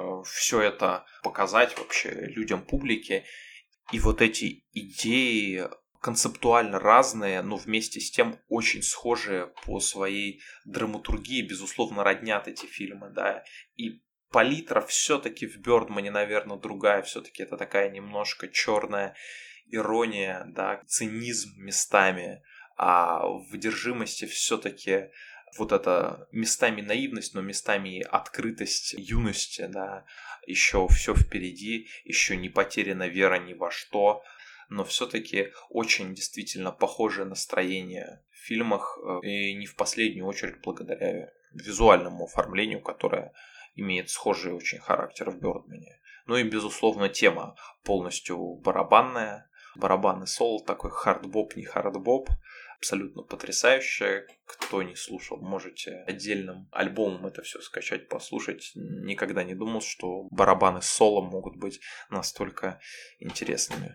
все это показать вообще людям, публике. И вот эти идеи концептуально разные, но вместе с тем очень схожие по своей драматургии, безусловно, роднят эти фильмы, да. И палитра все-таки в Бёрдмане, наверное, другая, все-таки это такая немножко черная ирония, да, цинизм местами. А в «Одержимости» все-таки вот это местами наивность, но местами открытость юности, да, еще все впереди, еще не потеряна вера ни во что, но все-таки очень действительно похожее настроение в фильмах, и не в последнюю очередь благодаря визуальному оформлению, которое имеет схожий очень характер в Бёрдмане. Ну и, безусловно, тема полностью барабанная, барабанный соло, такой хардбоп, не хардбоп, абсолютно потрясающая. Кто не слушал, можете отдельным альбомом это все скачать, послушать. Никогда не думал, что барабаны соло могут быть настолько интересными.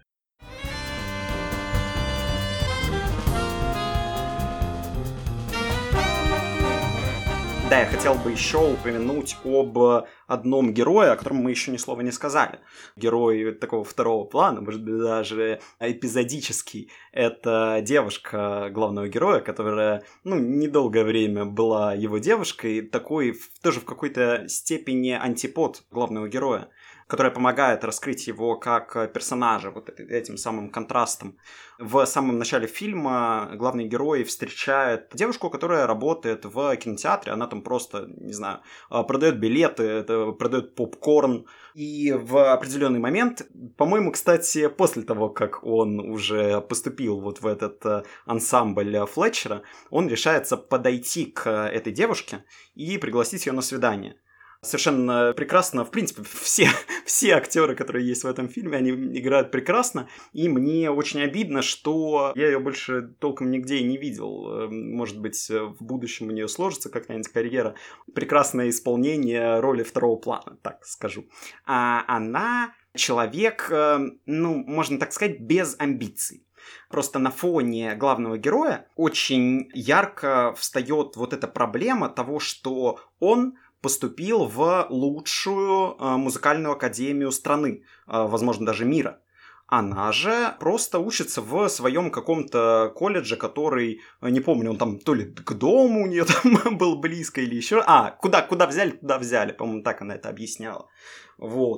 Да, я хотел бы еще упомянуть об одном герое, о котором мы еще ни слова не сказали. Герой такого второго плана, может быть, даже эпизодический. Это девушка главного героя, которая, ну, недолгое время была его девушкой, такой тоже в какой-то степени антипод главного героя, которая помогает раскрыть его как персонажа вот этим самым контрастом. В самом начале фильма главный герой встречает девушку, которая работает в кинотеатре, она там просто, не знаю, продает билеты, продает попкорн, и в определенный момент, по-моему, кстати, после того, как он уже поступил вот в этот ансамбль Флетчера, он решается подойти к этой девушке и пригласить ее на свидание. совершенно прекрасно. В принципе, все актеры, которые есть в этом фильме, они играют прекрасно. И мне очень обидно, что я ее больше толком нигде и не видел. Может быть, в будущем у нее сложится какая-нибудь карьера. Прекрасное исполнение роли второго плана, так скажу. А она человек, можно так сказать, без амбиций. Просто на фоне главного героя очень ярко встает вот эта проблема того, что он поступил в лучшую музыкальную академию страны, возможно, даже мира. Она же просто учится в своем каком-то колледже, который, не помню, он там то ли к дому у нее там был близко или еще... Куда взяли, туда взяли, по-моему, так она это объясняла. Вот.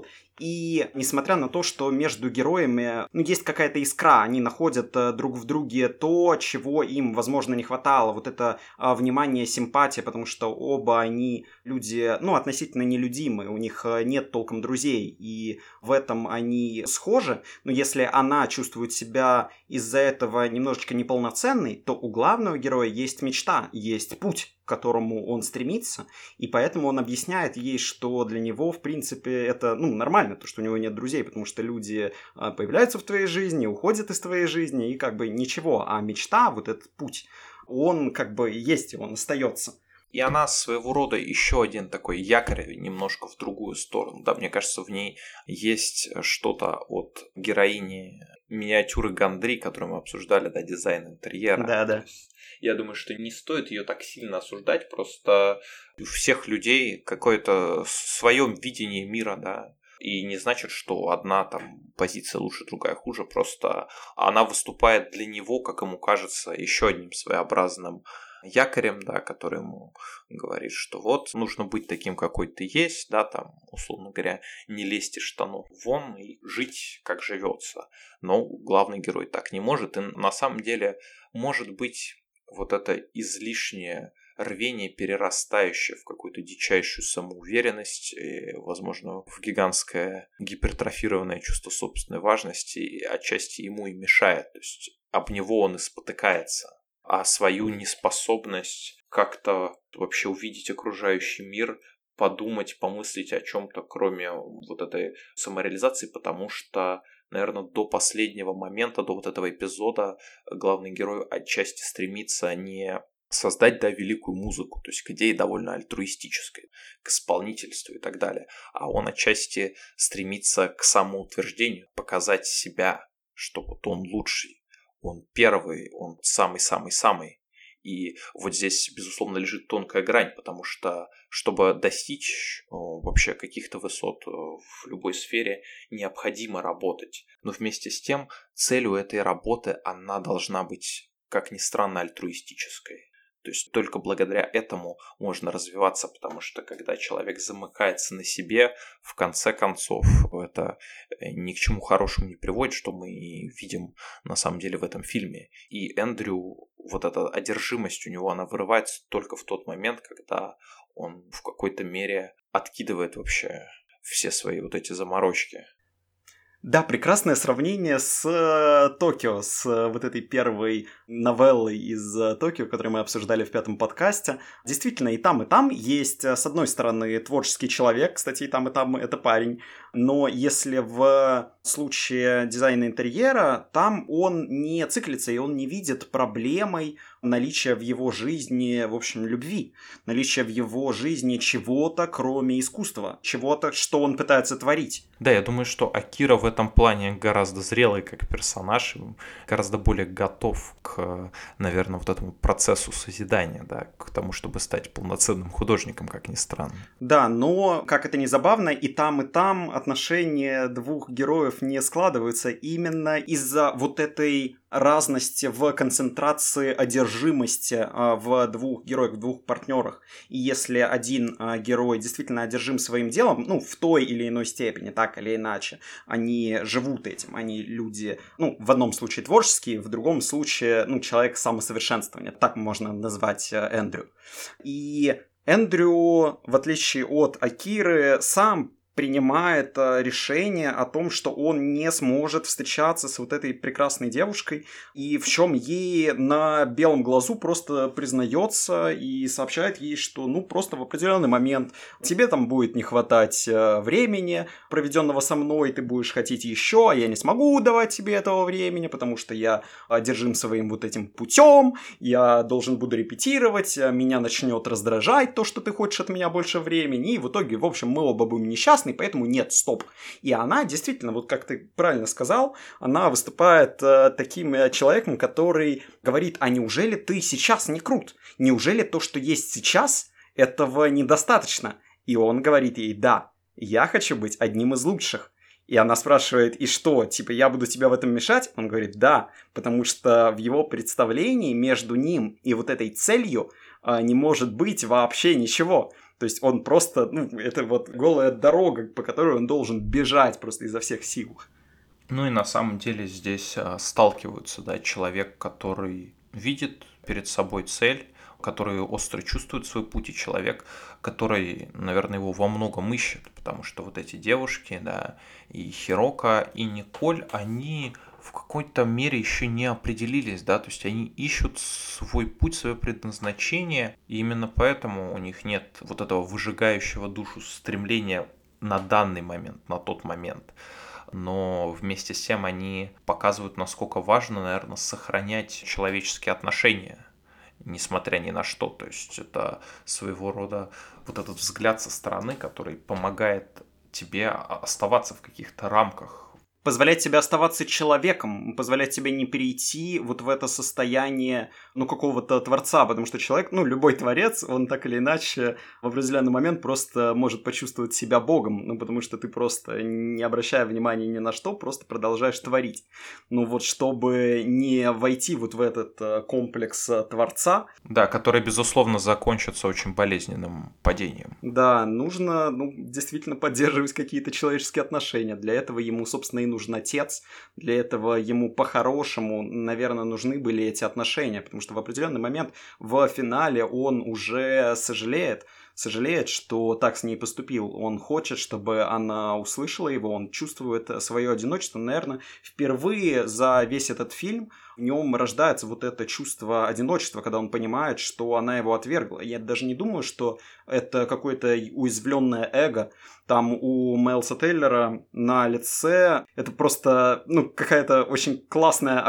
И несмотря на то, что между героями есть какая-то искра, они находят друг в друге то, чего им, возможно, не хватало. Вот это внимание, симпатия, потому что оба они люди, относительно нелюдимые, у них нет толком друзей, и в этом они схожи. Но если она чувствует себя из-за этого немножечко неполноценной, то у главного героя есть мечта, есть путь, к которому он стремится, и поэтому он объясняет ей, что для него, в принципе, это, нормально, то, что у него нет друзей, потому что люди появляются в твоей жизни, уходят из твоей жизни, и ничего, а мечта, вот этот путь, он есть, и он остается. И она своего рода еще один такой якорь, немножко в другую сторону. Да, мне кажется, в ней есть что-то от героини миниатюры Гандри, которую мы обсуждали, дизайн интерьера. Да. Я думаю, что не стоит ее так сильно осуждать, просто у всех людей какое-то свое видение мира, да. И не значит, что одна там позиция лучше, другая хуже, просто она выступает для него, как ему кажется, еще одним своеобразным якорем, да, который ему говорит, что вот нужно быть таким, какой ты есть, да, там, условно говоря, не лезть из штанов вон и жить, как живется. Но главный герой так не может, и на самом деле может быть вот это излишнее рвение, перерастающее в какую-то дичайшую самоуверенность, и, возможно, в гигантское гипертрофированное чувство собственной важности, и отчасти ему и мешает, то есть об него он и спотыкается, а свою неспособность как-то вообще увидеть окружающий мир, подумать, помыслить о чем-то, кроме вот этой самореализации, потому что, наверное, до последнего момента, до вот этого эпизода главный герой отчасти стремится не создать, великую музыку, то есть к идее довольно альтруистической, к исполнительству и так далее, а он отчасти стремится к самоутверждению, показать себя, что вот он лучший, он первый, он самый-самый-самый. И вот здесь, безусловно, лежит тонкая грань, потому что, чтобы достичь вообще каких-то высот в любой сфере, необходимо работать. Но вместе с тем, целью этой работы, она должна быть, как ни странно, альтруистической. То есть только благодаря этому можно развиваться, потому что когда человек замыкается на себе, в конце концов, это ни к чему хорошему не приводит, что мы и видим на самом деле в этом фильме. И Эндрю, вот эта одержимость у него, она вырывается только в тот момент, когда он в какой-то мере откидывает вообще все свои вот эти заморочки. Да, прекрасное сравнение с Токио, с вот этой первой новеллой из Токио, которую мы обсуждали в 5-м подкасте. Действительно, и там есть, с одной стороны, творческий человек, кстати, и там это парень, но если в случае дизайна интерьера, там он не циклится, и он не видит проблемой наличия в его жизни, в общем, любви, наличия в его жизни чего-то, кроме искусства, чего-то, что он пытается творить. Да, я думаю, что Акира в этом плане гораздо зрелый как персонаж, гораздо более готов к, наверное, вот этому процессу созидания, да, к тому, чтобы стать полноценным художником, как ни странно. Да, но, как это ни забавно, и там отношения двух героев не складываются именно из-за вот этой разности в концентрации одержимости в двух героях, в двух партнерах. И если один герой действительно одержим своим делом, в той или иной степени, так или иначе, они живут этим, они люди, в одном случае творческие, в другом случае, человек самосовершенствования, так можно назвать Эндрю. И Эндрю, в отличие от Акиры, сам принимает решение о том, что он не сможет встречаться с вот этой прекрасной девушкой, и в чем ей на белом глазу просто признается и сообщает ей, что ну просто в определенный момент тебе там будет не хватать времени, проведенного со мной, ты будешь хотеть еще, а я не смогу давать тебе этого времени, потому что я одержим своим вот этим путем, я должен буду репетировать, меня начнет раздражать то, что ты хочешь от меня больше времени, и в итоге, в общем, мы оба будем несчастны, поэтому нет, стоп. И она действительно, вот как ты правильно сказал, она выступает таким человеком, который говорит, а неужели ты сейчас не крут? Неужели то, что есть сейчас, этого недостаточно? И он говорит ей, да, я хочу быть одним из лучших. И она спрашивает, и что, типа, я буду тебя в этом мешать? Он говорит, да, потому что в его представлении между ним и вот этой целью не может быть вообще ничего. То есть он просто, ну, это вот голая дорога, по которой он должен бежать просто изо всех сил. Ну и на самом деле здесь сталкиваются, да, человек, который видит перед собой цель, который остро чувствует свой путь, и человек, который, наверное, его во многом ищет, потому что вот эти девушки, да, и Хирока, и Николь, они в какой-то мере еще не определились, да, то есть они ищут свой путь, свое предназначение, и именно поэтому у них нет вот этого выжигающего душу стремления на данный момент, на тот момент. Но вместе с тем они показывают, насколько важно, наверное, сохранять человеческие отношения, несмотря ни на что. То есть это своего рода вот этот взгляд со стороны, который помогает тебе оставаться в каких-то рамках. Позволять себе оставаться человеком, позволять себе не перейти вот в это состояние, ну, какого-то творца, потому что человек, ну, любой творец, он так или иначе в определенный момент просто может почувствовать себя богом, ну, потому что ты просто, не обращая внимания ни на что, просто продолжаешь творить. Ну, вот чтобы не войти вот в этот комплекс творца. Да, который, безусловно, закончится очень болезненным падением. Да, нужно, ну, действительно поддерживать какие-то человеческие отношения. Для этого ему, собственно, и нужен отец. Для этого ему по-хорошему, наверное, нужны были эти отношения. Потому что в определенный момент в финале он уже сожалеет, что так с ней поступил. Он хочет, чтобы она услышала его, он чувствует свое одиночество. Наверное, впервые за весь этот фильм в нем рождается вот это чувство одиночества, когда он понимает, что она его отвергла. Я даже не думаю, что это какое-то уязвленное эго. Там у Майлса Теллера на лице это просто, ну, какая-то очень классная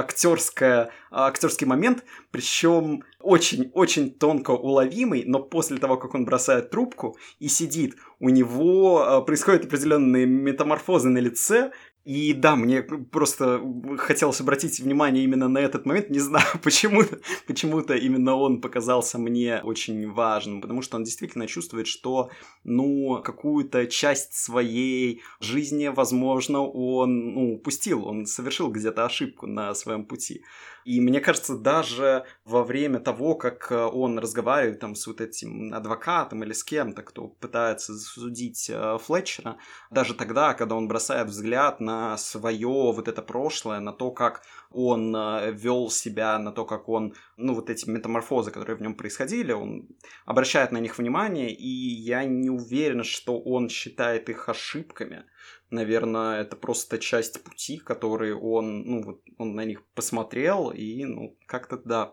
актерский момент, причем очень-очень тонко уловимый, но после того, как он бросает трубку и сидит, у него происходят определенные метаморфозы на лице. И да, мне просто хотелось обратить внимание именно на этот момент. Не знаю, почему-то именно он показался мне очень важным, потому что он действительно чувствует, что, ну, какую-то часть своей жизни, возможно, он, ну, упустил, он совершил где-то ошибку на своем пути. И мне кажется, даже во время того, как он разговаривает там с вот этим адвокатом или с кем-то, кто пытается судить Флетчера, даже тогда, когда он бросает взгляд на свое вот это прошлое, на то, как он вел себя, на то, как он, ну, вот эти метаморфозы, которые в нем происходили, он обращает на них внимание, и я не уверен, что он считает их ошибками. Наверное, это просто часть пути, который он, ну, вот он на них посмотрел и, ну, как-то, да,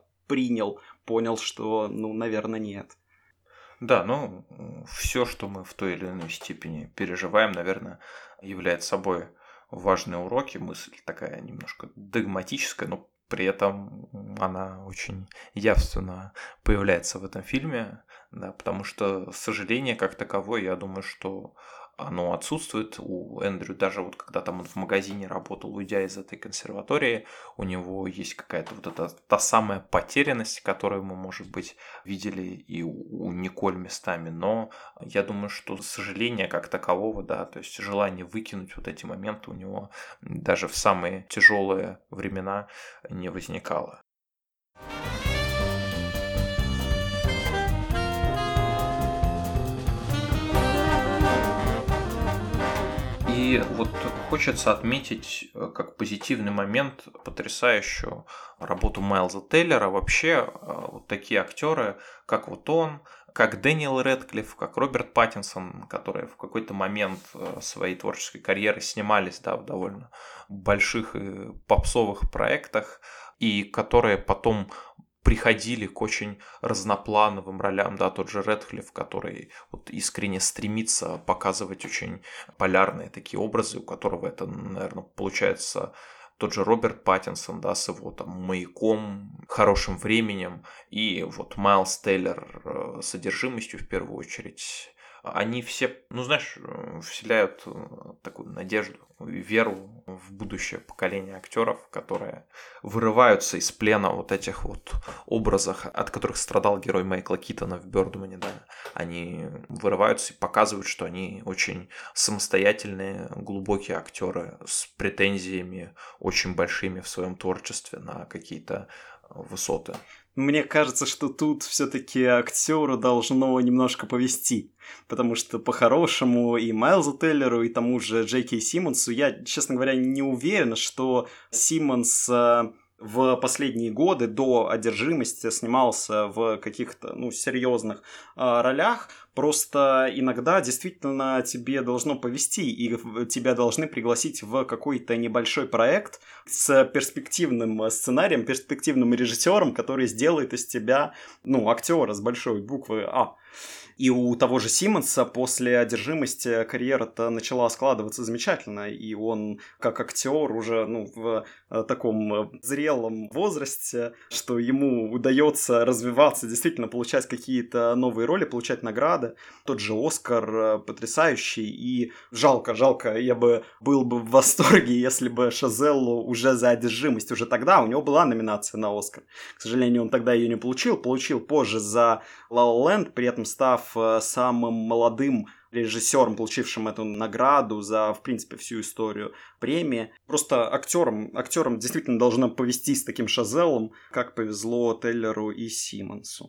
понял, что, ну, наверное, нет. Да, ну, все, что мы в той или иной степени переживаем, наверное, является собой важные уроки. Мысль такая немножко догматическая, но при этом она очень явственно появляется в этом фильме, да, потому что сожаление как таковое, я думаю, что оно отсутствует у Эндрю, даже вот когда там он в магазине работал, уйдя из этой консерватории, у него есть какая-то вот эта та самая потерянность, которую мы, может быть, видели и у Николь местами, но я думаю, что сожаление как такового, да, то есть желание выкинуть вот эти моменты у него даже в самые тяжелые времена не возникало. И вот хочется отметить как позитивный момент потрясающую работу Майлза Теллера. Вообще вот такие актеры, как вот он, как Дэниел Рэдклифф, как Роберт Паттинсон, которые в какой-то момент своей творческой карьеры снимались, да, в довольно больших и попсовых проектах, и которые потом приходили к очень разноплановым ролям, да, тот же Рэдклифф, который вот искренне стремится показывать очень полярные такие образы, у которого это, наверное, получается тот же Роберт Паттинсон, да, с его там «Маяком», «Хорошим временем», и вот Майлз Тейлор с «Одержимостью» в первую очередь. Они все, ну, знаешь, вселяют такую надежду, веру в будущее поколение актеров, которые вырываются из плена вот этих вот образов, от которых страдал герой Майкла Китона в «Бёрдмане», да. Они вырываются и показывают, что они очень самостоятельные, глубокие актеры с претензиями очень большими в своем творчестве на какие-то высоты. Мне кажется, что тут все-таки актеру должно немножко повести, потому что по-хорошему и Майлзу Теллеру, и тому же Джей Кей Симмонсу, я, честно говоря, не уверен, что Симмонс в последние годы до «Одержимости» снимался в каких-то, ну, серьезных ролях. Просто иногда действительно тебе должно повести, и тебя должны пригласить в какой-то небольшой проект с перспективным сценарием, перспективным режиссером, который сделает из тебя, ну, актера с большой буквы «А». И у того же Симмонса после «Одержимости» карьера-то начала складываться замечательно, и он как актер уже, ну, в таком зрелом возрасте, что ему удается развиваться, действительно получать какие-то новые роли, получать награды. Тот же «Оскар» потрясающий, и жалко, я бы был бы в восторге, если бы Шазеллу уже за «Одержимость», уже тогда у него была номинация на «Оскар». К сожалению, он тогда ее не получил позже за «Ла Ла Ленд», при этом став самым молодым режиссером, получившим эту награду за, в принципе, всю историю премии. Просто актерам действительно должно повезти с таким Шазеллом, как повезло Теллеру и Симмонсу.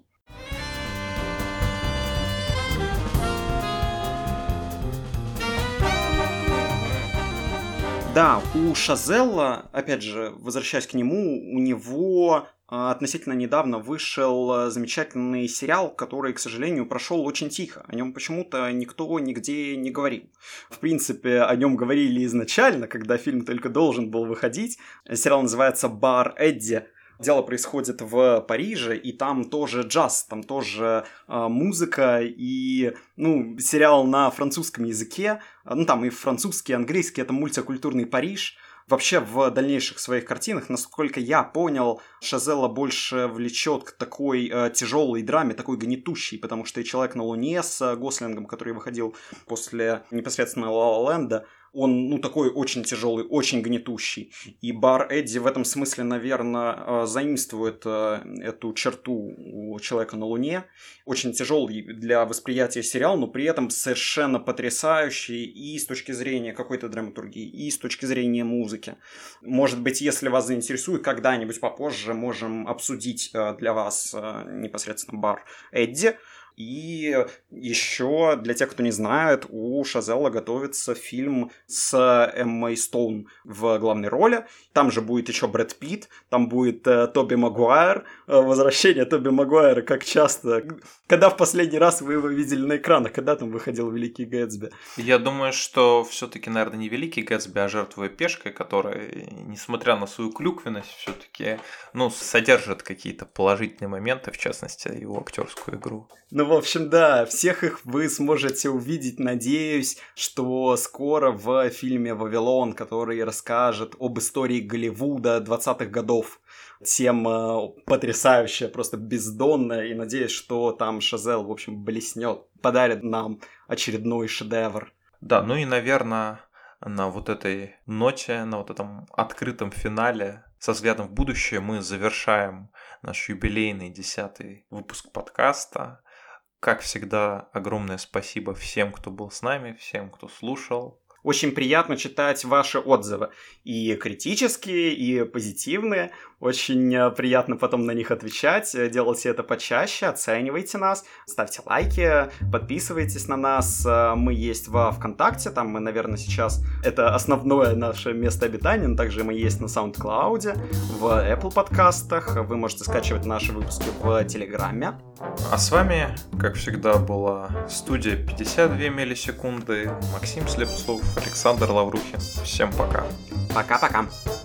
Да, у Шазелла, опять же, возвращаясь к нему, у него относительно недавно вышел замечательный сериал, который, к сожалению, прошел очень тихо. О нем почему-то никто нигде не говорил. В принципе, о нем говорили изначально, когда фильм только должен был выходить. Сериал называется «Бар Эдди». Дело происходит в Париже, и там тоже джаз, там тоже музыка, и, ну, сериал на французском языке, ну, там и французский, и английский, это мультикультурный Париж. Вообще, в дальнейших своих картинах, насколько я понял, Шазелла больше влечет к такой тяжелой драме, такой гнетущей, потому что и «Человек на Луне» с Гослингом, который выходил после непосредственно «Ла Ла Ленда», он, ну, такой очень тяжелый, очень гнетущий. И «Бар Эдди» в этом смысле, наверное, заимствует эту черту у «Человека на Луне». Очень тяжелый для восприятия сериал, но при этом совершенно потрясающий и с точки зрения какой-то драматургии, и с точки зрения музыки. Может быть, если вас заинтересует, когда-нибудь попозже можем обсудить для вас непосредственно «Бар Эдди». И еще, для тех, кто не знает, у Шазелла готовится фильм с Эммой Стоун в главной роли. Там же будет еще Брэд Питт, там будет Тоби Магуайр. Возвращение Тоби Магуайра, как часто. Когда в последний раз вы его видели на экранах? Когда там выходил «Великий Гэтсби»? Я думаю, что все-таки, наверное, не «Великий Гэтсби», а «Жертвуя пешкой», которая, несмотря на свою клюквенность, все-таки, ну, содержит какие-то положительные моменты, в частности, его актерскую игру. Ну, в общем, да, всех их вы сможете увидеть, надеюсь, что скоро в фильме «Вавилон», который расскажет об истории Голливуда 20-х годов. Тема потрясающая, просто бездонная, и надеюсь, что там Шазелл, в общем, блеснет, подарит нам очередной шедевр. Да, ну и, наверное, на вот этой ноте, на вот этом открытом финале со взглядом в будущее мы завершаем наш юбилейный 10-й выпуск подкаста. Как всегда, огромное спасибо всем, кто был с нами, всем, кто слушал. очень приятно читать ваши отзывы. И критические, и позитивные. Очень приятно потом на них отвечать. Делайте это почаще, оценивайте нас, ставьте лайки, подписывайтесь на нас. Мы есть во ВКонтакте, там мы, наверное, сейчас... Это основное наше место обитания, но также мы есть на SoundCloud, в Apple подкастах. Вы можете скачивать наши выпуски в Телеграме. А с вами, как всегда, была студия 52 миллисекунды, Максим Слепцов, Александр Лаврухин. Всем пока. Пока-пока.